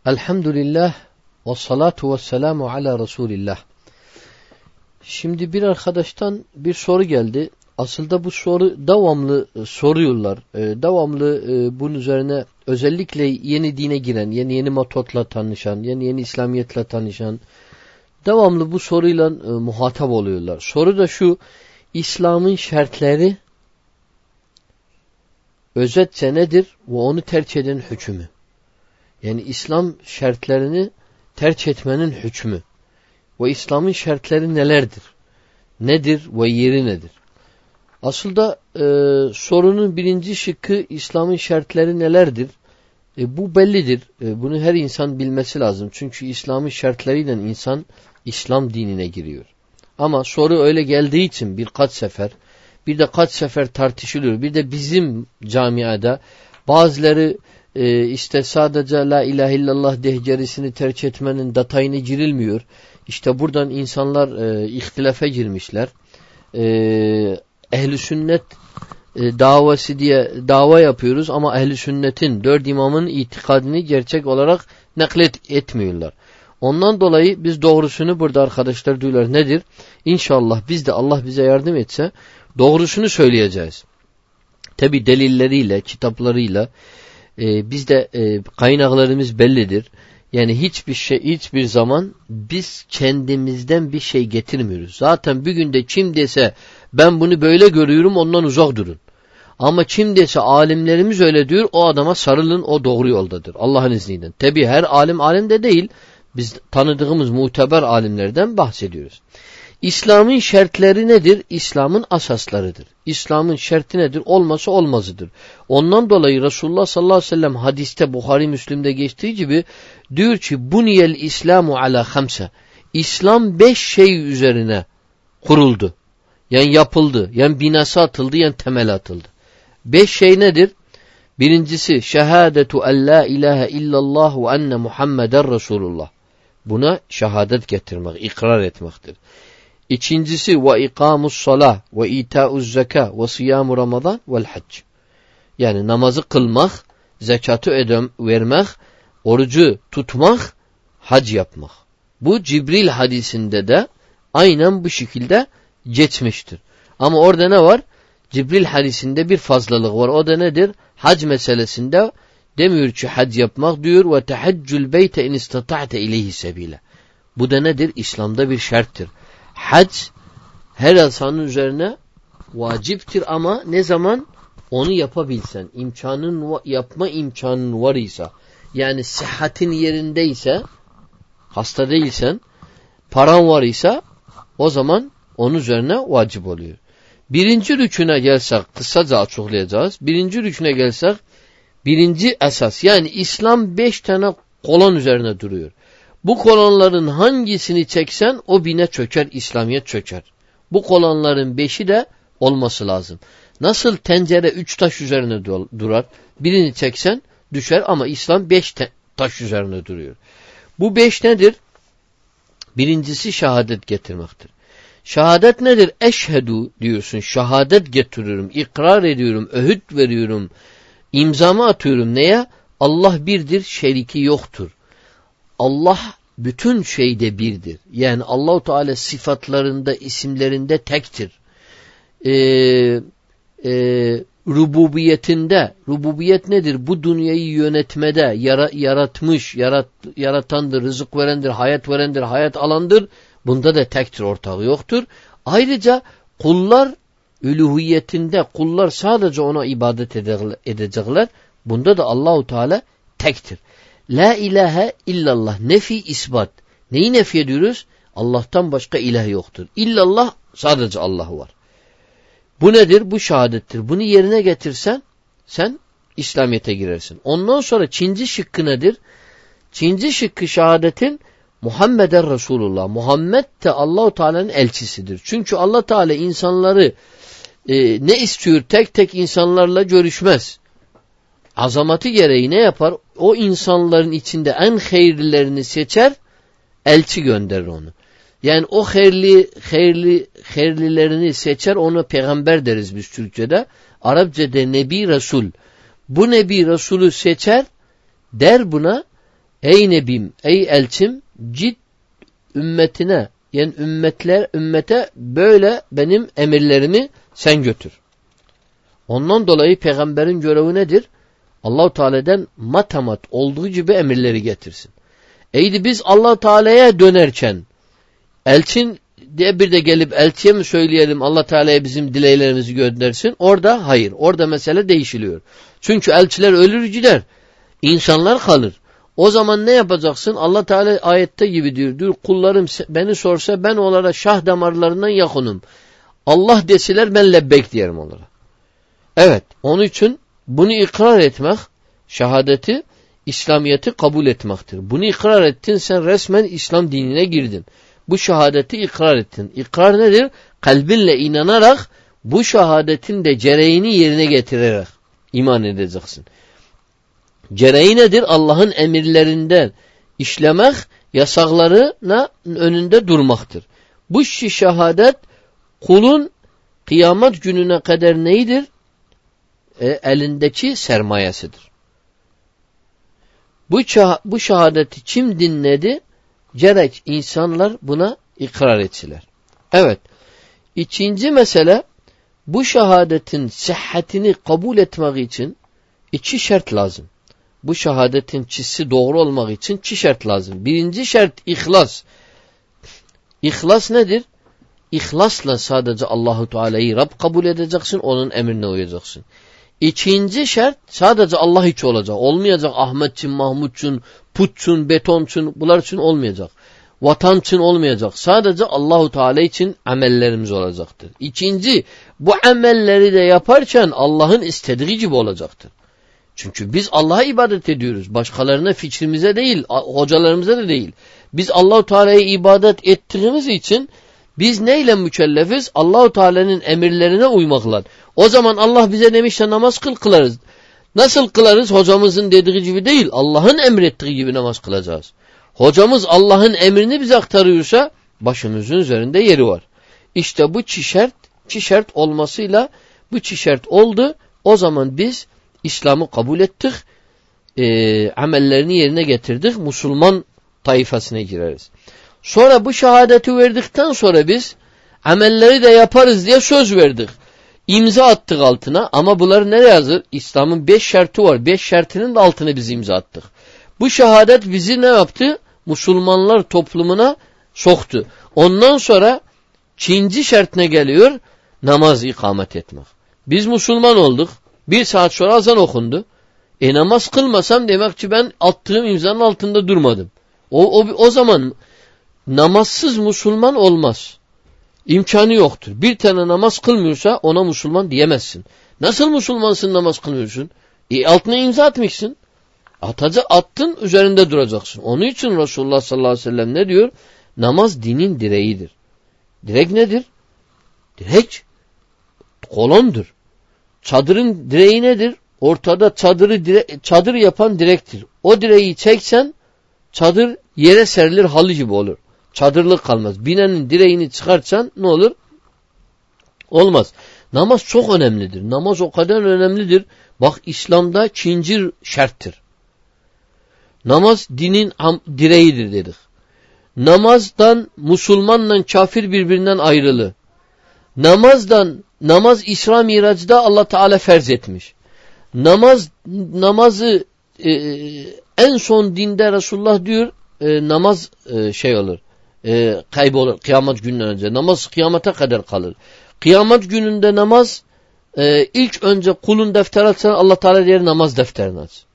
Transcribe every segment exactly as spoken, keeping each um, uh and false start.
Elhamdülillah ve salatu ve selamu ala Resulillah. Şimdi bir arkadaştan bir soru geldi. Aslında bu soru devamlı soruyorlar. Ee, devamlı e, bunun üzerine özellikle yeni dine giren, yeni yeni metotla tanışan, yeni yeni İslamiyetle tanışan devamlı bu soruyla e, muhatap oluyorlar. Soru da şu: İslam'ın şartları özetçe nedir ve onu terk eden hükmü? Yani İslam şartlarını terk etmenin hükmü ve İslam'ın şartları nelerdir? Nedir ve yeri nedir? Aslında e, sorunun birinci şıkkı İslam'ın şartları nelerdir? E, bu bellidir. E, bunu her insan bilmesi lazım. Çünkü İslam'ın şartlarıyla insan İslam dinine giriyor. Ama soru öyle geldiği için birkaç sefer, bir de kaç sefer tartışılıyor. Bir de bizim camiada bazıları e, işte sadece la ilahe illallah dehcerisini terk etmenin detayına girilmiyor. İşte buradan insanlar e, ihtilafe girmişler. E, Ehl-i sünnet e, davası diye dava yapıyoruz ama ehl-i sünnetin dört imamın itikadını gerçek olarak naklet etmiyorlar. Ondan dolayı biz doğrusunu burada arkadaşlar diyorlar nedir? İnşallah biz de Allah bize yardım etse doğrusunu söyleyeceğiz. Tabi delilleriyle, kitaplarıyla e, biz de e, kaynaklarımız bellidir. Yani hiçbir şey, hiçbir zaman biz kendimizden bir şey getirmiyoruz. Zaten bir günde kim dese ben bunu böyle görüyorum ondan uzak durun. Ama kim dese alimlerimiz öyle diyor o adama sarılın, o doğru yoldadır. Allah'ın izniyle. Tabi her alim alim de değil. Biz tanıdığımız muteber alimlerden bahsediyoruz. İslam'ın şartları nedir? İslam'ın asaslarıdır. İslam'ın şartı nedir? Olması olmazıdır. Ondan dolayı Resulullah sallallahu aleyhi ve sellem hadiste Buhari Müslim'de geçtiği gibi diyor ki buniyel İslamu ala hamse. İslam beş şey üzerine kuruldu. Yani yapıldı. Yani binası atıldı. Yani temel atıldı. Beş şey nedir? Birincisi şehadetu en la ilahe illallah ve enne Muhammeden Resulullah. Buna şehadet getirmek, ikrar etmektir. İkincisi ve ikamus salah ve ita'uz zeka ve siyamu ramazan vel hac. Yani namazı kılmak, zekatı ödem vermek, orucu tutmak, hac yapmak. Bu Cibril hadisinde de aynen bu şekilde geçmiştir. Ama orada ne var? Cibril hadisinde bir fazlalık var. O da nedir? Hac meselesinde demiyor ki hac yapmak diyor ve tehaccül beyte in istata'te ileyhi sebile. Bu da nedir? İslam'da bir şarttır. Hac her insanın üzerine vaciptir ama ne zaman onu yapabilsen, imkanın yapma imkanın var ise, yani sıhhatin yerindeyse, hasta değilsen, paran var ise o zaman onun üzerine vacip oluyor. Birinci rüküne gelsek, kısaca açıklayacağız. Birinci rüküne gelsek, birinci esas, yani İslam beş tane kolon üzerine duruyor. Bu kolonların hangisini çeksen o bine çöker, İslamiyet çöker. Bu kolonların beşi de olması lazım. Nasıl tencere üç taş üzerine durar, birini çeksen düşer ama İslam beş taş üzerine duruyor. Bu beş nedir? Birincisi şehadet getirmektir. Şehadet nedir? Eşhedü diyorsun, şehadet getiriyorum, ikrar ediyorum, öhüt veriyorum, imzamı atıyorum. Neye? Allah birdir, şeriki yoktur. Allah bütün şeyde birdir. Yani Allah-u Teala sıfatlarında, isimlerinde tektir. Ee, e, rububiyetinde, rububiyet nedir? Bu dünyayı yönetmede yara, yaratmış, yarat, yaratandır, rızık verendir, hayat verendir, hayat alandır. Bunda da tektir, ortağı yoktur. Ayrıca kullar üluhiyetinde, kullar sadece ona ibadet edecekler. Bunda da Allah-u Teala tektir. La ilahe illallah. Nefi isbat. Neyi nefi ediyoruz? Allah'tan başka ilah yoktur. İllallah, sadece Allah var. Bu nedir? Bu şehadettir. Bunu yerine getirsen sen İslamiyet'e girersin. Ondan sonra Çinci şıkkı nedir? Çinci şıkkı şehadetin Muhammeden Resulullah. Muhammed de Allah-u Teala'nın elçisidir. Çünkü Allah Teala insanları e, ne istiyor? Tek tek insanlarla görüşmez. Azameti gereği ne yapar? O insanların içinde en hayırlılarını seçer, elçi gönderir onu. Yani o hayırlı, hayırlı, hayırlılarını seçer, onu peygamber deriz biz Türkçe'de. Arapçada Nebi Resul. Bu Nebi Resulü seçer, der buna, Ey nebim, ey elçim, cid ümmetine, yani ümmetler, ümmete böyle benim emirlerimi sen götür. Ondan dolayı peygamberin görevi nedir? Allah-u Teala'dan matamat olduğu gibi emirleri getirsin. Eydi biz Allah-u Teala'ya dönerken elçin diye bir de gelip elçiye mi söyleyelim Allah Teala'ya bizim dileklerimizi göndersin? Orada hayır. Orada mesele değişiliyor. Çünkü elçiler ölür gider. İnsanlar kalır. O zaman ne yapacaksın? Allah Teala ayette gibi diyor. Diyor kullarım beni sorsa ben onlara şah damarlarından yakınım. Allah deseler ben lebbek diyelim onlara. Evet. Onun için bunu ikrar etmek, şehadeti, İslamiyet'i kabul etmektir. Bunu ikrar ettin sen resmen İslam dinine girdin. Bu şehadeti ikrar ettin. İkrar nedir? Kalbinle inanarak bu şehadetin de gereğini yerine getirerek iman edeceksin. Gereği nedir? Allah'ın emirlerinden işlemek, yasaklarına önünde durmaktır. Bu şehadet kulun kıyamet gününe kadar neydir? E, elindeki sermayesidir. Bu, bu şehadeti kim dinledi? Gerek insanlar buna ikrar etsinler. Evet. İkinci mesele bu şehadetin sıhhatini kabul etmek için iki şart lazım. Bu şehadetin çizsi doğru olmak için iki şart lazım. Birinci şart ihlas. İhlas nedir? İhlasla sadece Allahu Teala'yı Rab kabul edeceksin, onun emrine uyacaksın. İkinci şart sadece Allah için olacak. Olmayacak Ahmetçin, Mahmutçun, putçun, betonçun, bunlar için olmayacak. Vatan için olmayacak. Sadece Allahu Teala için amellerimiz olacaktır. İkinci, bu amelleri de yaparken Allah'ın istediği gibi olacaktır. Çünkü biz Allah'a ibadet ediyoruz. Başkalarına, fikrimize değil, hocalarımıza da değil. Biz Allahu Teala'ya ibadet ettiğimiz için biz neyle mükellefiz? Allahu Teala'nın emirlerine uymakla. O zaman Allah bize demişse namaz kıl kılarız. Nasıl kılarız? Hocamızın dediği gibi değil. Allah'ın emrettiği gibi namaz kılacağız. Hocamız Allah'ın emrini bize aktarıyorsa başımızın üzerinde yeri var. İşte bu çişert, çişert olmasıyla bu çişert oldu. O zaman biz İslam'ı kabul ettik. E, amellerini yerine getirdik. Müslüman tayfasına gireriz. Sonra bu şehadeti verdikten sonra biz amelleri de yaparız diye söz verdik. İmza attık altına ama bunlar nereye yazır? İslam'ın beş şartı var. Beş şartının da altına biz imza attık. Bu şehadet bizi ne yaptı? Müslümanlar toplumuna soktu. Ondan sonra ikinci şart ne geliyor? Namaz ikamet etmek. Biz Müslüman olduk. Bir saat sonra azan okundu. E namaz kılmasam demek ki ben attığım imzanın altında durmadım. O, o, o zaman namazsız Müslüman olmaz. İmkanı yoktur. Bir tane namaz kılmıyorsa ona Müslüman diyemezsin. Nasıl Müslümansın namaz kılmıyorsun? E altına imza atmışsın. Atacı attın üzerinde duracaksın. Onun için Resulullah sallallahu aleyhi ve sellem ne diyor? Namaz dinin direğidir. Direk nedir? Direk kolondur. Çadırın direği nedir? Ortada çadırı dire çadır yapan direktir. O direği çeksen çadır yere serilir halı gibi olur. Çadırlık kalmaz. Binenin direğini çıkartsan ne olur? Olmaz. Namaz çok önemlidir. Namaz o kadar önemlidir. Bak İslam'da ikinci şarttır. Namaz dinin direğidir dedik. Namazdan Müslümanla kafir birbirinden ayrılı. Namazdan namaz İsra Mirac'da Allah Teala ferz etmiş. Namaz namazı e, en son dinde Resulullah diyor e, namaz e, şey olur. E, kaybolur kıyamet gününden önce. Namaz kıyamete kadar kalır. Kıyamet gününde namaz e, ilk önce kulun defteri açsan Allah Teala diyor namaz defterini aç.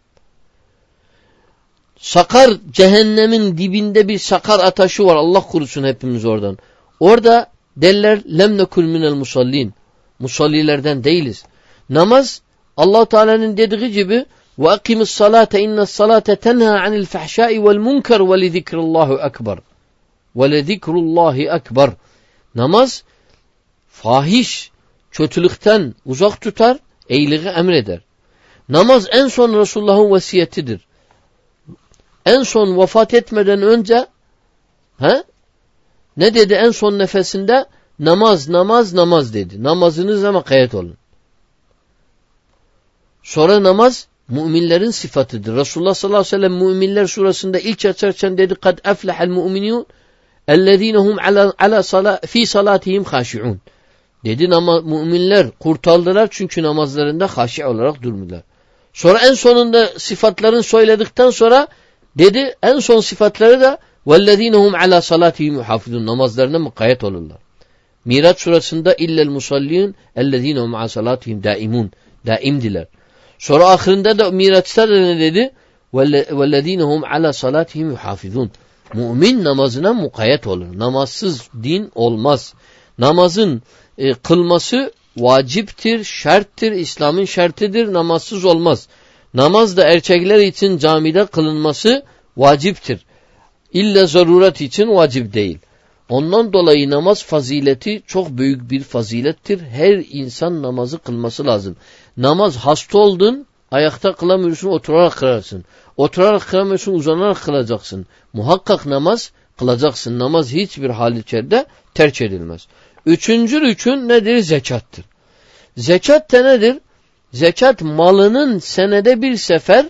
Sakar cehennemin dibinde bir sakar ataşı var. Allah korusun hepimiz oradan. Orada derler lem nekul minel musallin. Musallilerden değiliz. Namaz Allah Teala'nın dediği gibi ve akimis salate inne's salate tenha anil fahşai vel munkar ve li zikrullahu ekber. Ve li zikrullahi ekber. Namaz fahiş, kötülükten uzak tutar, iyiliği emreder. Namaz en son Resulullah'ın vasiyetidir. En son vefat etmeden önce he? Ne dedi en son nefesinde? Namaz, namaz, namaz dedi. Namazınızla mukayyet olun. Sonra namaz Müminlerin sıfatıdır. Resulullah sallallahu aleyhi ve sellem Müminler surasında ilk açarken dedi kad eflehel mu'minun ellezinehum ala ala sala fi salatihim haşiun. Dedi ama müminler kurtardılar çünkü namazlarında haşi olarak durmuyorlar. Sonra en sonunda sıfatların söyledikten sonra dedi en son sıfatları da vellezînehum alâ salâtihim yuhafizun. Namazlarına mukayyet olurlar. Miraç surasında illel musallîn ellezînehum alâ salâtihim dâimun. Daimdiler. Sonra ahirinde de Miraç'ta da ne dedi? Vellezînehum alâ salâtihim yuhafizun. Mümin namazına mukayyet olur. Namazsız din olmaz. Namazın e, kılması vaciptir, şarttır, İslam'ın şartıdır, namazsız olmaz. Namaz da erkekler için camide kılınması vaciptir. İlla zaruret için vacip değil. Ondan dolayı namaz fazileti çok büyük bir fazilettir. Her insan namazı kılması lazım. Namaz hasta oldun, ayakta kılamıyorsun, oturarak kılarsın. Oturarak kılamıyorsun, uzanarak kılacaksın. Muhakkak namaz kılacaksın. Namaz hiçbir halükarda terk edilmez. Üçüncü rükün nedir? Zekattır. Zekat da nedir? Zekat malının senede bir sefer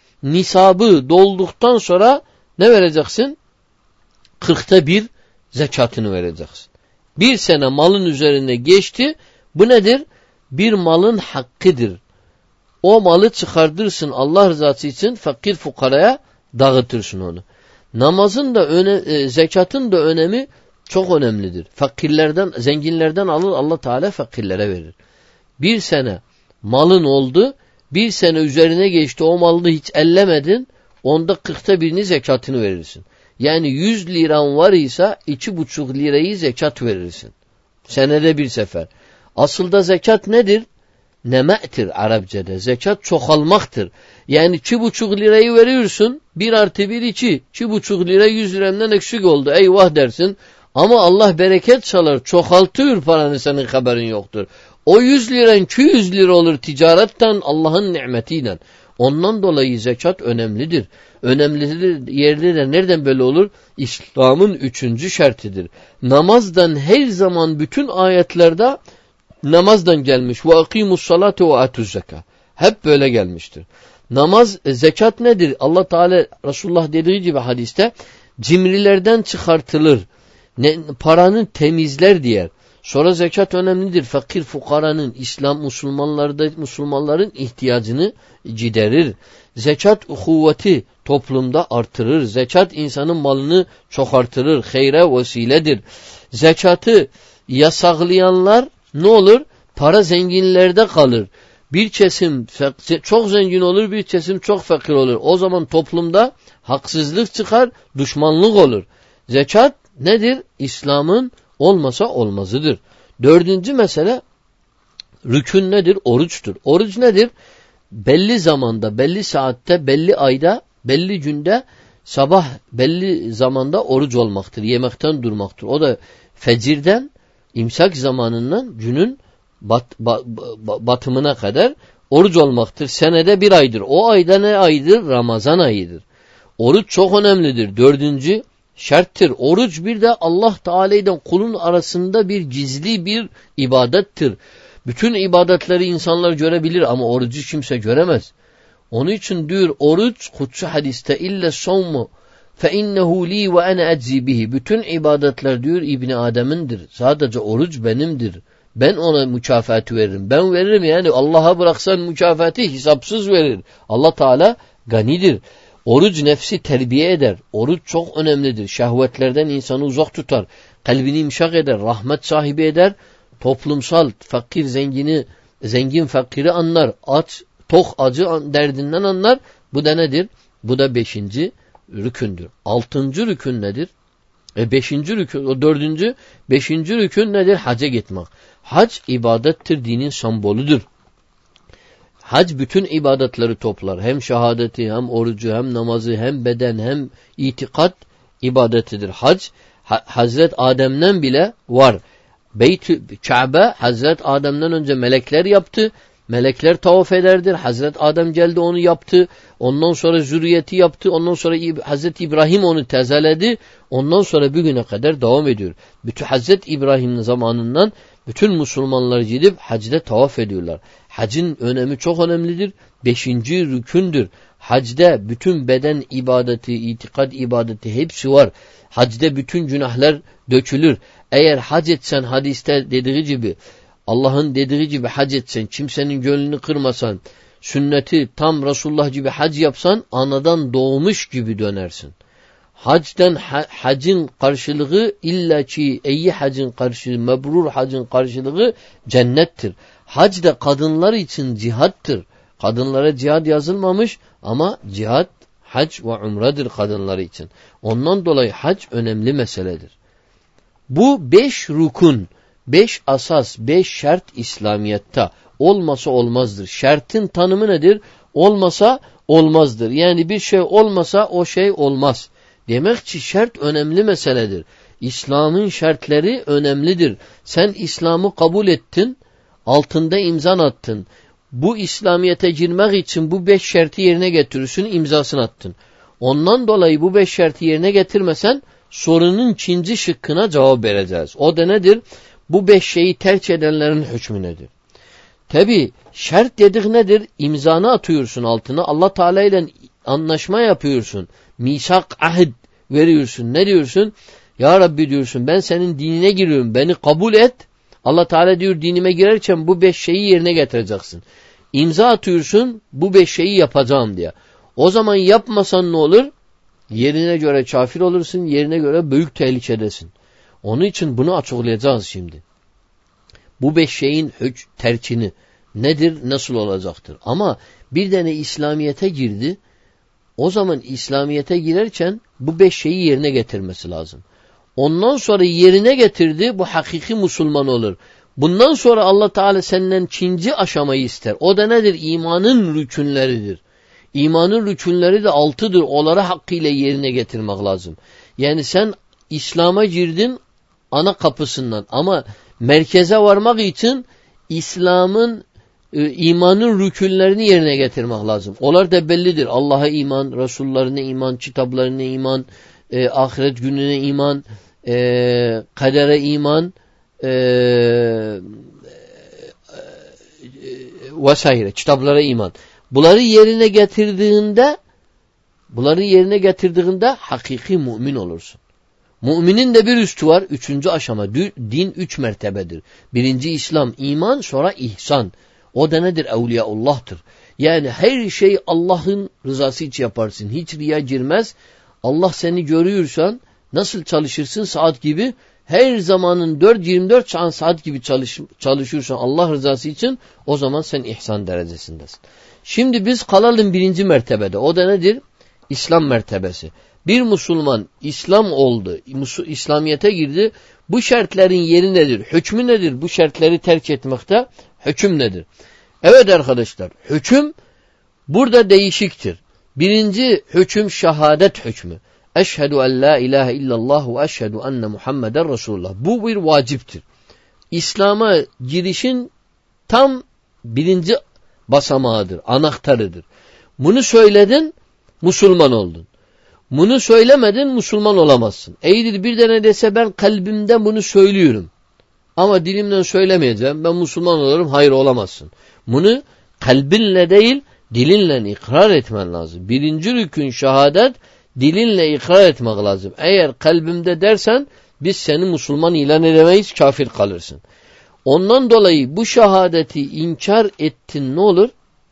nisabı dolduktan sonra ne vereceksin? Kırkta bir zekatını vereceksin. Bir sene malın üzerine geçti. Bu nedir? Bir malın hakkıdır. O malı çıkartırsın Allah rızası için fakir fukaraya dağıtırsın onu. Namazın da öne, e, zekatın da önemi çok önemlidir. Fakirlerden, zenginlerden alır Allah Teala fakirlere verir. Bir sene malın oldu, bir sene üzerine geçti o malı hiç ellemedin, onda kırkta birini zekatını verirsin. Yani yüz liran var ise iki buçuk lirayı zekat verirsin. Senede bir sefer. Asıl da zekat nedir? Neme'tir Arapçada. Zekat çoğalmaktır. Yani iki buçuk lirayı veriyorsun, bir artı bir iki. iki buçuk lira yüz lirandan eksik oldu. Eyvah dersin. Ama Allah bereket çalar. Çoğaltıyor paranı, senin haberin yoktur. O yüz liran iki yüz lira olur ticaretten Allah'ın nimetiyle. Ondan dolayı zekat önemlidir. Önemlidir yerli de nereden böyle olur? İslam'ın üçüncü şartıdır. Namazdan her zaman bütün ayetlerde namazdan gelmiş. Ve akimus salate ve atuz zeka. Hep böyle gelmiştir. Namaz, zekat nedir? Allah Teala Resulullah dediği gibi hadiste cimrilerden çıkartılır. Ne, paranın temizler diyer. Sonra zekat önemlidir. Fakir fukaranın, İslam Müslümanlarda Müslümanların ihtiyacını giderir. Zekat kuvveti toplumda artırır. Zekat insanın malını çok artırır. Hayra vesiledir. Zekatı yasaklayanlar ne olur? Para zenginlerde kalır. Bir kesim çok zengin olur, bir kesim çok fakir olur. O zaman toplumda haksızlık çıkar, düşmanlık olur. Zekat nedir? İslam'ın olmasa olmazıdır. Dördüncü mesele rükün nedir? Oruçtur. Oruç nedir? Belli zamanda, belli saatte, belli ayda, belli günde sabah belli zamanda oruç olmaktır. Yemekten durmaktır. O da fecirden, imsak zamanından günün bat, bat, batımına kadar oruç olmaktır. Senede bir aydır. O ayda ne aydır? Ramazan ayıdır. Oruç çok önemlidir. Dördüncü şarttır. Oruç bir de Allah Teala ile kulun arasında bir gizli bir ibadettir. Bütün ibadetleri insanlar görebilir ama orucu kimse göremez. Onun için diyor oruç kutsu hadiste illa savmu fe innehu li ve ana eczi bihi. Bütün ibadetler diyor İbni Adem'indir. Sadece oruç benimdir. Ben ona mükafatı veririm. Ben veririm yani Allah'a bıraksan mükafatı hesapsız verir. Allah Teala ganidir. Oruç nefsi terbiye eder. Oruç çok önemlidir. Şehvetlerden insanı uzak tutar. Kalbini imşak eder. Rahmet sahibi eder. Toplumsal fakir zengini, zengin fakiri anlar. Aç, tok acı derdinden anlar. Bu da nedir? Bu da beşinci rükündür. Altıncı rükün nedir? E beşinci rükün, o dördüncü, beşinci rükün nedir? Hacca gitmek. Hac ibadettir, dinin semboludur. Hac bütün ibadetleri toplar. Hem şehadeti, hem orucu, hem namazı, hem beden, hem itikat ibadetidir. Hac, ha, Hazret Adem'den bile var. Beyt-i Kabe, Hazret Adem'den önce melekler yaptı. Melekler tavaf ederdir. Hazret Adem geldi onu yaptı. Ondan sonra zürriyeti yaptı. Ondan sonra Hazret İbrahim onu tezeledi. Ondan sonra bugüne kadar devam ediyor. Bütün Hazret İbrahim'in zamanından Bütün Müslümanlar gidip hacda tavaf ediyorlar. Hacın önemi çok önemlidir. Beşinci rükündür. Hacda bütün beden ibadeti, itikad ibadeti hepsi var. Hacda bütün günahlar dökülür. Eğer hac etsen hadiste dediği gibi, Allah'ın dediği gibi hac etsen, kimsenin gönlünü kırmasan, sünneti tam Resulullah gibi hac yapsan, anadan doğmuş gibi dönersin. Hacden ha, hacın karşılığı illa ki iyi hacın karşılığı, mebrur hacın karşılığı cennettir. Hac da kadınlar için cihattır. Kadınlara cihad yazılmamış ama cihad, hac ve umredir kadınlar için. Ondan dolayı hac önemli meseledir. Bu beş rukun, beş asas, beş şart İslamiyet'te olmasa olmazdır. Şartın tanımı nedir? Olmasa olmazdır. Yani bir şey olmasa o şey olmaz. Demek ki şart önemli meseledir. İslam'ın şartları önemlidir. Sen İslam'ı kabul ettin, altında imzan attın. Bu İslamiyet'e girmek için bu beş şartı yerine getirirsin, imzasını attın. Ondan dolayı bu beş şartı yerine getirmesen sorunun ikinci şıkkına cevap vereceğiz. O da nedir? Bu beş şeyi terk edenlerin hükmü nedir? Tabi şart dedik nedir? İmzanı atıyorsun altına. Allah Teala ile anlaşma yapıyorsun. Misak, ahd veriyorsun. Ne diyorsun? Ya Rabbi diyorsun, ben senin dinine giriyorum. Beni kabul et. Allah Teala diyor, dinime girerken bu beş şeyi yerine getireceksin. İmza atıyorsun, bu beş şeyi yapacağım diye. O zaman yapmasan ne olur? Yerine göre kafir olursun, yerine göre büyük tehlikedesin. Onun için bunu açıklayacağız şimdi. Bu beş şeyin terkini nedir, nasıl olacaktır? Ama bir tane İslamiyet'e girdi. O zaman İslamiyet'e girerken bu beş şeyi yerine getirmesi lazım. Ondan sonra yerine getirdi, bu hakiki Müslüman olur. Bundan sonra Allah Teala senden ikinci aşamayı ister. O da nedir? İmanın rükünleridir. İmanın rükünleri de altıdır. Onları hakkıyla yerine getirmek lazım. Yani sen İslam'a girdin ana kapısından ama merkeze varmak için İslam'ın e, imanın rükünlerini yerine getirmek lazım. Onlar da bellidir. Allah'a iman, Resullerine iman, kitaplarına iman, e, ahiret gününe iman, e, kadere iman e, e, vesaire, kitaplara iman. Bunları yerine getirdiğinde bunları yerine getirdiğinde hakiki mümin olursun. Müminin de bir üstü var. Üçüncü aşama. Din üç mertebedir. Birinci İslam, iman, sonra ihsan. O da nedir? Evliyaullah'tır. Yani her şey Allah'ın rızası için yaparsın. Hiç riya girmez. Allah seni görüyorsan nasıl çalışırsın? Saat gibi. Her zamanın dört yirmi dört saat gibi çalış, çalışıyorsan Allah rızası için, o zaman sen ihsan derecesindesin. Şimdi biz kalalım birinci mertebede. O da nedir? İslam mertebesi. Bir Müslüman İslam oldu, İslamiyet'e girdi. Bu şartların yeri nedir? Hükmü nedir? Bu şartları terk etmekte hüküm nedir? Evet arkadaşlar, hüküm burada değişiktir. Birinci hüküm şehadet hükmü. Eşhedü en la ilahe illallah ve eşhedü enne Muhammeden Resulullah. Bu bir vaciptir. İslam'a girişin tam birinci basamağıdır, anahtarıdır. Bunu söyledin, Müslüman oldun. Bunu söylemedin, Müslüman olamazsın. Eydir bir tane dese ben kalbimden bunu söylüyorum ama dilimden söylemeyeceğim, ben Müslüman olurum. Hayır, olamazsın. Bunu kalbinle değil, dilinle ikrar etmen lazım. Birinci rükün şehadet, dilinle ikrar etmek lazım. Eğer kalbimde dersen biz seni Müslüman ilan edemeyiz, kafir kalırsın. Ondan dolayı bu şehadeti inkar ettin ne olur?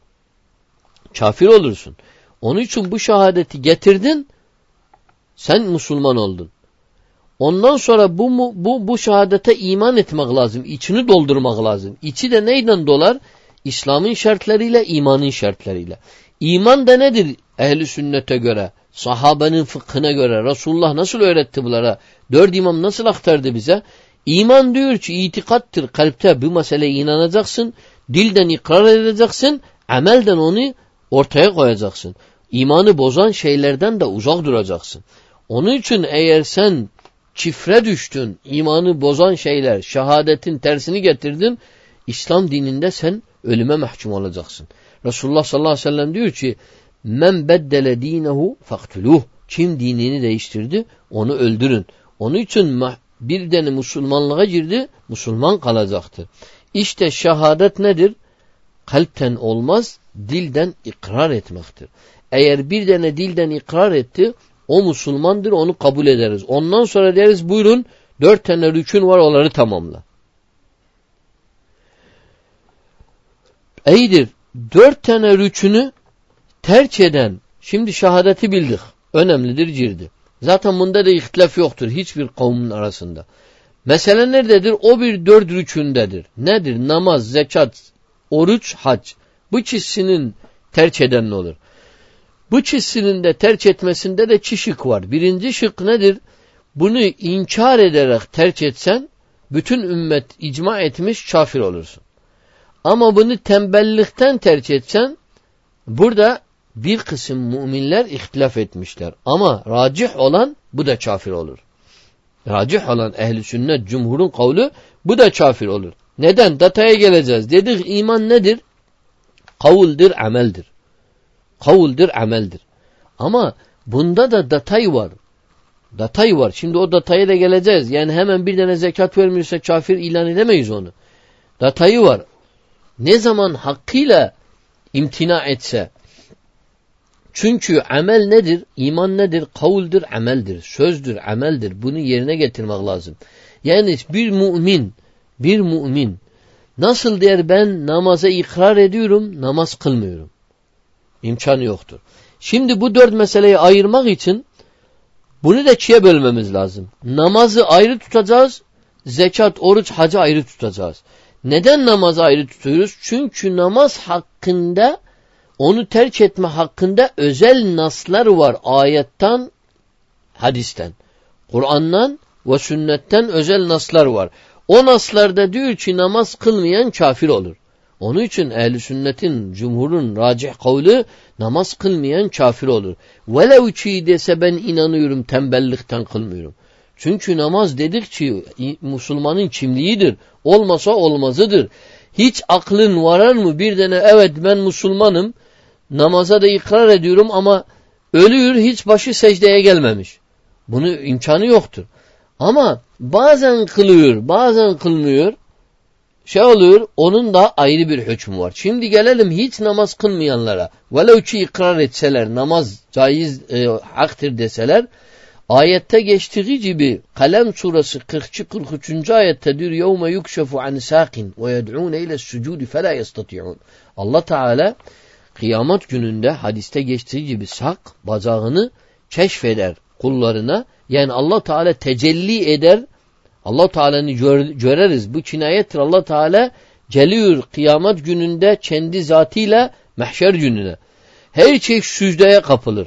Kafir olursun. Onun için bu şehadeti getirdin, sen Müslüman oldun. Ondan sonra bu bu bu şehadete iman etmek lazım. İçini doldurmak lazım. İçi de neyden dolar? İslam'ın şartlarıyla, imanın şartlarıyla. İman da nedir? Ehl-i sünnete göre, sahabenin fıkhına göre, Resulullah nasıl öğretti bunlara? Dört imam nasıl aktardı bize? İman diyor ki itikattır. Kalpte bu meseleye inanacaksın. Dilden ikrar edeceksin. Amelden onu ortaya koyacaksın. İmanı bozan şeylerden de uzak duracaksın. Onun için eğer sen çifre düştün, imanı bozan şeyler, şehadetin tersini getirdin, İslam dininde sen ölüme mahkum olacaksın. Resulullah sallallahu aleyhi ve sellem diyor ki men beddele dinehu faktuluh. Kim dinini değiştirdi onu öldürün. Onun için bir tane Müslümanlığa girdi, Müslüman kalacaktır. İşte şehadet nedir? Kalpten olmaz, dilden ikrar etmektir. Eğer bir tane dilden ikrar etti, o Müslümandır, onu kabul ederiz. Ondan sonra deriz buyurun dört tane rükün var, onları tamamla. İyidir. Dört tane rükünü terk eden, şimdi şehadeti bildik. Önemlidir, girdi. Zaten bunda da ihtilaf yoktur hiçbir kavmin arasında. Mesele nerededir? O bir dört rükündedir. Nedir? Namaz, zekat, oruç, hac. Bu ikisinin terk eden ne olur? Bu ikisinin de terk etmesinde de iki şık var. Birinci şık nedir? Bunu inkar ederek terk etsen, bütün ümmet icma etmiş, kafir olursun. Ama bunu tembellikten terk etsen, burada bir kısım müminler ihtilaf etmişler. Ama racih olan bu da kafir olur. Racih olan ehl-i sünnet cumhurun kavlu bu da kafir olur. Neden? Dataya geleceğiz. Dedik iman nedir? Kavuldir, ameldir. Kavuldir, ameldir. Ama bunda da datay var. Datay var. Şimdi o dataya da geleceğiz. Yani hemen bir tane zekat vermiyorsa kafir ilan edemeyiz onu. Datayı var. Ne zaman hakkıyla imtina etse. Çünkü amel nedir? İman nedir? Kavuldur, ameldir. Sözdür, ameldir. Bunu yerine getirmek lazım. Yani bir mümin, bir mümin nasıl der ben namaza ikrar ediyorum, namaz kılmıyorum. İmkanı yoktur. Şimdi bu dört meseleyi ayırmak için bunu da ikiye bölmemiz lazım. Namazı ayrı tutacağız, zekat, oruç, hacı ayrı tutacağız. Neden namazı ayrı tutuyoruz? Çünkü namaz hakkında, onu terk etme hakkında özel naslar var. Ayetten, hadisten, Kur'an'dan ve sünnetten özel naslar var. O naslarda diyor ki namaz kılmayan kafir olur. Onun için ehl-i sünnetin, cumhurun racih kavli namaz kılmayan kafir olur. Velev ki dese ben inanıyorum, tembellikten kılmıyorum. Çünkü namaz dedik ki Müslümanın kimliğidir. Olmasa olmazıdır. Hiç aklın varar mı bir tane evet ben Müslümanım, namaza da ikrar ediyorum ama ölüyor, hiç başı secdeye gelmemiş. Bunun imkanı yoktur. Ama bazen kılıyor, bazen kılmıyor. Şey oluyor, onun da ayrı bir hükmü var. Şimdi gelelim hiç namaz kılmayanlara. Velev ki ikrar etseler, namaz caiz, e, haktır deseler, ayette geçtiği gibi Kalem suresi kırk iki kırk üç. ayette diyor يَوْمَ يُكْشَفُ عَنْ سَاقٍ وَيَدْعُونَ إِلَى السُّجُودِ فَلَا يَسْتَطِعُونَ. Allah Teala kıyamet gününde hadiste geçtiği gibi sak bacağını keşfeder kullarına. Yani Allah Teala tecelli eder. Allah Teala'nı gör, göreriz. Bu kinayettir. Allah Teala geliyor kıyamet gününde kendi zatıyla mahşer gününe. Her şey sücdeye kapılır.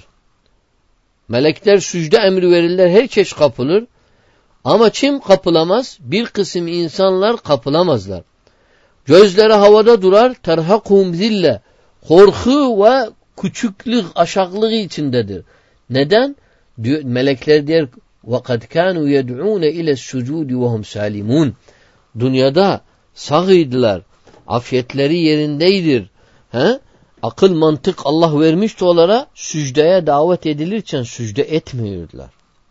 Melekler sücde emri verirler. Herkes kapılır. Ama kim kapılamaz? Bir kısım insanlar kapılamazlar. Gözleri havada durar. Terhakum zille. Korku ve küçüklük, aşağılığı içindedir. Neden? Diyor, melekler der وَقَدْ كَانُوا يَدْعُونَ اِلَى السُّجُودِ وَهُمْ سَالِمُونَ. Dünyada sağıydılar. Afiyetleri yerindeydir. He? Akıl, mantık Allah vermişti onlara. Sücdeye davet edilirken sücde etmiyorlar.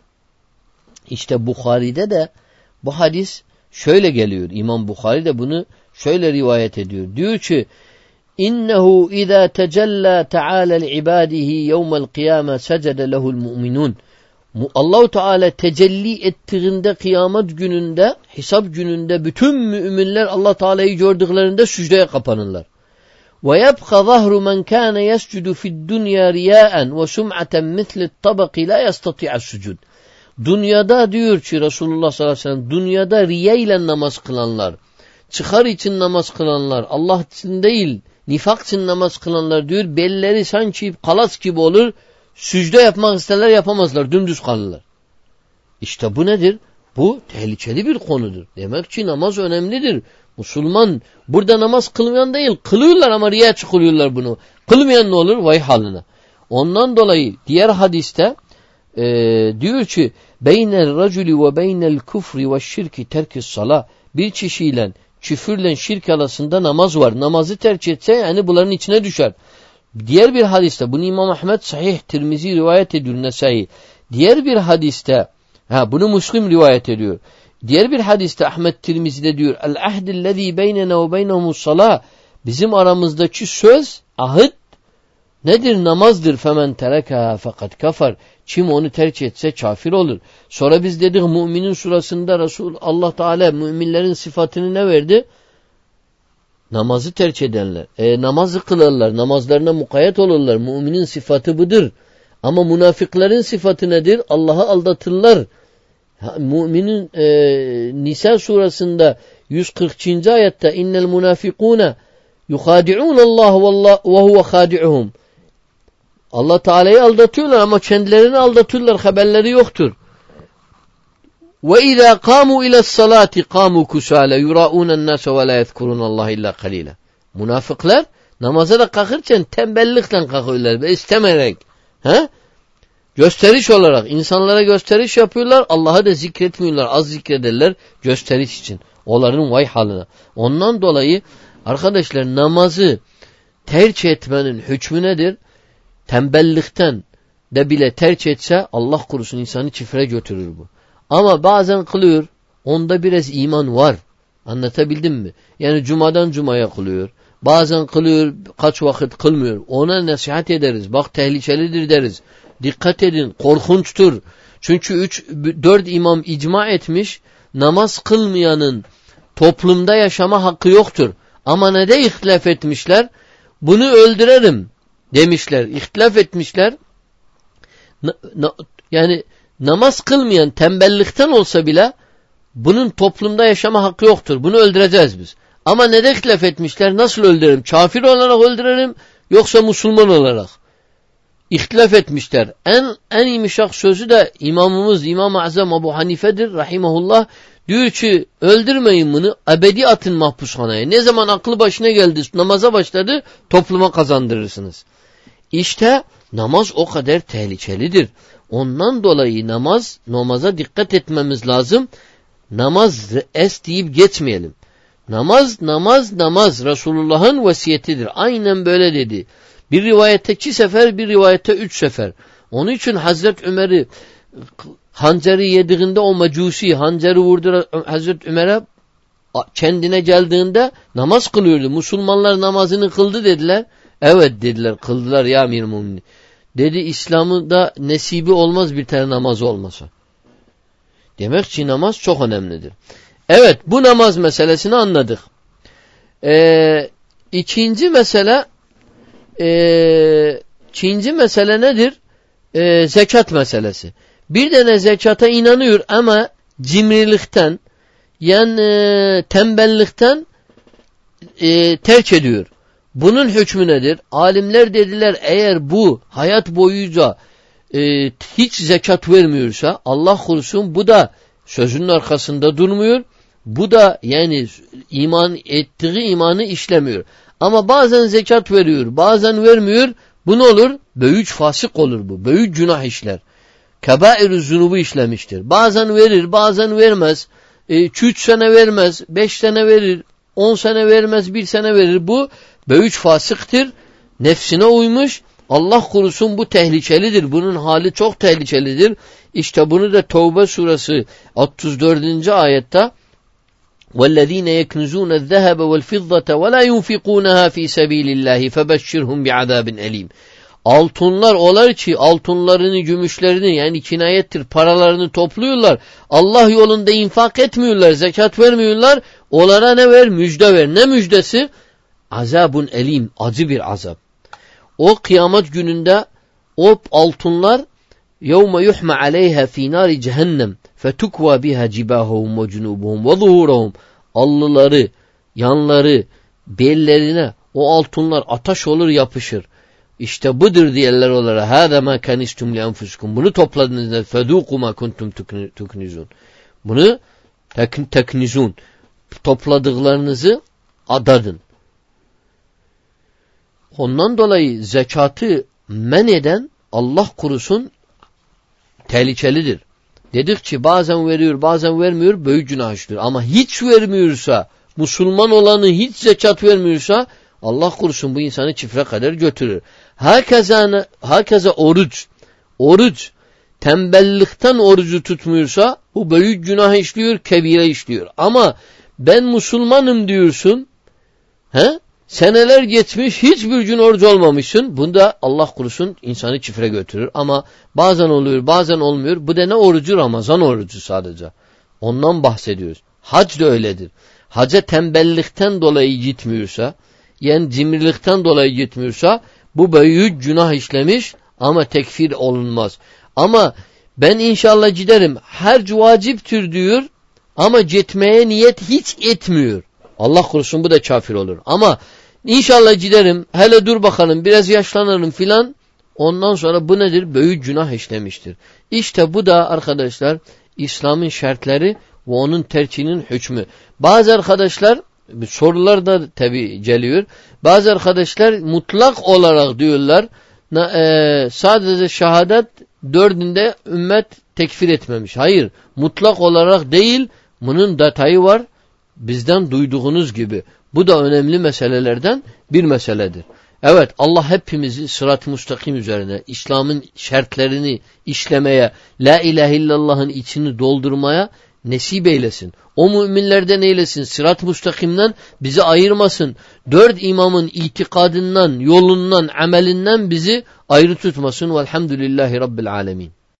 İşte Bukhari'de de bu hadis şöyle geliyor. İmam Bukhari de bunu şöyle rivayet ediyor. Diyor ki İnnehu izâ tecellâ teâlâ li'ibâdihi yevmel kıyâme secede lehul mu'minûn. Allah-u Teala tecelli ettiğinde kıyamet gününde, hesap gününde bütün müminler Allah Teala'yı gördüklerinde sücdeye kapanırlar. Ve yebqa zahru men kana yescudu fi'd dunya riyaen ve sum'aten misli tabaqi la yastati'a sucud. Dünyada diyor ki Resulullah sallallahu aleyhi ve sellem, dünyada riya ile namaz kılanlar, çıkar için namaz kılanlar, Allah için değil, nifak için namaz kılanlar diyor, belleri sanki kalas gibi olur. Sücde yapmak isterler, yapamazlar. Dümdüz kalırlar. İşte bu nedir? Bu tehlikeli bir konudur. Demek ki namaz önemlidir. Müslüman burada namaz kılmayan değil. Kılıyorlar ama riya çıkılıyorlar bunu. Kılmayan ne olur? Vay haline. Ondan dolayı diğer hadiste e, diyor ki beynel raculi ve beynel kufri ve şirki terkis salah. Bir kişiyle küfürle şirk arasında namaz var. Namazı terk etse yani bunların içine düşer. Diğer bir hadiste, bunu İmam Ahmed Sahih Tirmizi rivayet ediyor, Nesai. Diğer bir hadiste, ha bunu Müslim rivayet ediyor. Diğer bir hadiste Ahmet Tirmizi'de diyor el ahdillezî beynena ve beynehumus salâh, bizim aramızdaki söz, ahit nedir? Namazdır. Femen tereka fakat kafar. Kim onu terk etse kafir olur. Sonra biz dedik Müminin surasında Resul Allah Teala müminlerin sıfatını ne verdi? Namazı terk edenler. E, namazı kılarlar. Namazlarına mukayyet olurlar. Müminin sıfatı budur. Ama münafıkların sıfatı nedir? Allah'ı aldatırlar. Müminin e, Nisa surasında yüz kırk ikinci ayette innel münafikûne yuhâdi'ûnallâhu ve huve khâdi'uhum. Allah Teala'yı aldatıyorlar ama kendilerini aldatıyorlar. Haberleri yoktur. Ve izâ kâmû ile's-salâti kâmû kusâle yurâûne'n-nâse ve lâ yezkurûnallâhe illâ kalîlâ. Münafıklar namaza da kalkırken tembellikle kalkıyorlar ve istemeyerek. He? Gösteriş olarak insanlara gösteriş yapıyorlar. Allah'ı da zikretmiyorlar. Az zikrederler gösteriş için. Onların vay haline. Ondan dolayı arkadaşlar namazı terk etmenin hükmü nedir? Tembellikten de bile terk etse Allah korusun insanı çifre götürür bu. Ama bazen kılıyor. Onda biraz iman var. Anlatabildim mi? Yani cumadan cumaya kılıyor. Bazen kılıyor, kaç vakit kılmıyor. Ona nasihat ederiz. Bak tehlikelidir deriz. Dikkat edin, korkunçtur. Çünkü üç, dört imam icma etmiş, namaz kılmayanın toplumda yaşama hakkı yoktur. Ama ne de ihtilaf etmişler? Bunu öldürelim demişler. İhtilaf etmişler. Na, na, yani namaz kılmayan tembellikten olsa bile bunun toplumda yaşama hakkı yoktur. Bunu öldüreceğiz biz. Ama ne de ihtilaf etmişler? Nasıl öldürelim? Kafir olarak öldürelim yoksa Müslüman olarak? İhtilaf etmişler. En en yumuşak sözü de imamımız İmam-ı Azam Ebu Hanife'dir rahimahullah. Diyor ki öldürmeyin bunu, ebedi atın mahpushaneye. Ne zaman aklı başına geldi, namaza başladı, topluma kazandırırsınız. İşte namaz o kadar tehlikelidir. Ondan dolayı namaz, namaza dikkat etmemiz lazım. Namaz es deyip geçmeyelim. Namaz, namaz, namaz Resulullah'ın vasiyetidir. Aynen böyle dedi. Bir rivayette iki sefer, bir rivayette üç sefer. Onun için Hazreti Ömer'i hançeri yediğinde o mecusi hançeri vurdu Hazreti Ömer'e, kendine geldiğinde namaz kılıyordu. Müslümanlar namazını kıldı dediler. Evet dediler, kıldılar ya emir müminin. Dedi İslam'da nesibi olmaz bir tane namaz olmasa. Demek ki namaz çok önemlidir. Evet, bu namaz meselesini anladık. Ee, ikinci mesele Ee, ikinci mesele nedir? Ee, zekat meselesi. Bir tane zekata inanıyor ama cimrilikten yani e, tembellikten e, terk ediyor. Bunun hükmü nedir? Alimler dediler eğer bu hayat boyunca e, hiç zekat vermiyorsa Allah korusun bu da sözünün arkasında durmuyor. Bu da yani iman ettiği imanı işlemiyor. Ama bazen zekat veriyor, bazen vermiyor. Bu ne olur? Büyük fasık olur bu. Büyük günah işler. Kebair-i zunubu işlemiştir. Bazen verir, bazen vermez. iki üç sene vermez, beş sene verir, on sene vermez, bir sene verir. Bu büyük fasıktır. Nefsine uymuş. Allah korusun bu tehlikelidir. Bunun hali çok tehlikelidir. İşte bunu da Tevbe suresi otuz dördüncü ayette وَالَّذ۪ينَ يَكْنُزُونَ الذَّهَبَ وَالْفِضَّةَ وَلَا يُنْفِقُونَهَا ف۪ي سَب۪يلِ اللّٰهِ فَبَشِّرْهُمْ بِعَذَابٍ اَل۪يمٍ. Altınlar olar ki altınlarını, gümüşlerini yani kinayettir paralarını topluyorlar. Allah yolunda infak etmiyorlar, zekat vermiyorlar. Onlara ne ver? Müjde ver. Ne müjdesi? Azabun elim, acı bir azap. O kıyamet gününde o altınlar يَوْمَ يُحْمَ عَلَيْهَا ف۪ي نَارِ جَهَنَّمْ فَتُكْوَى بِهَا جِبَاهُهُمْ وَجُنُوبُهُمْ وَظُهُورَهُمْ. Allıları, yanları, bellerine o altınlar ateş olur yapışır. İşte budur diyorlar onlara. هَذَا مَا كَنِسْتُمْ لِأَنْفُسِكُمْ. Bunu topladığınızda فَذُوقُوا مَا كُنْتُمْ تُكْنِزُونَ. Bunu teknizun. Topladıklarınızı adadın. Ondan dolayı zekatı men eden Allah korusun tehlikelidir. Dedik ki bazen veriyor bazen vermiyor büyük günah işliyor. Ama hiç vermiyorsa Müslüman olanı hiç zekat vermiyorsa Allah korusun bu insanı çifre kadar götürür. Herkese, herkese oruç. Oruç tembellikten orucu tutmuyorsa bu büyük günah işliyor, kebire işliyor. Ama ben Müslümanım diyorsun, he? Seneler geçmiş, hiçbir gün oruç olmamışsın. Bunda Allah korusun insanı çifre götürür. Ama bazen oluyor, bazen olmuyor. Bu da ne orucu? Ramazan orucu sadece. Ondan bahsediyoruz. Hac da öyledir. Haca tembellikten dolayı gitmiyorsa, yani cimrilikten dolayı gitmiyorsa, bu büyük günah işlemiş ama tekfir olunmaz. Ama ben inşallah giderim, harc vaciptir diyor ama gitmeye niyet hiç etmiyor. Allah korusun, bu da kafir olur. Ama inşallah giderim, hele dur bakalım, biraz yaşlanırım filan, ondan sonra bu nedir? Büyük günah işlemiştir. İşte bu da arkadaşlar İslam'ın şartları ve onun terkinin hükmü. Bazı arkadaşlar, sorular da tabi geliyor, bazı arkadaşlar mutlak olarak diyorlar, e, sadece şehadet dördünde ümmet tekfir etmemiş. Hayır, mutlak olarak değil, bunun detayı var. Bizden duyduğunuz gibi. Bu da önemli meselelerden bir meseledir. Evet, Allah hepimizi sırat-ı müstakim üzerine, İslam'ın şartlarını işlemeye, la ilahe illallah'ın içini doldurmaya nesip eylesin. O müminlerden eylesin. Sırat-ı müstakimden bizi ayırmasın. Dört imamın itikadından, yolundan, amelinden bizi ayrı tutmasın. Velhamdülillahi Rabbil alemin.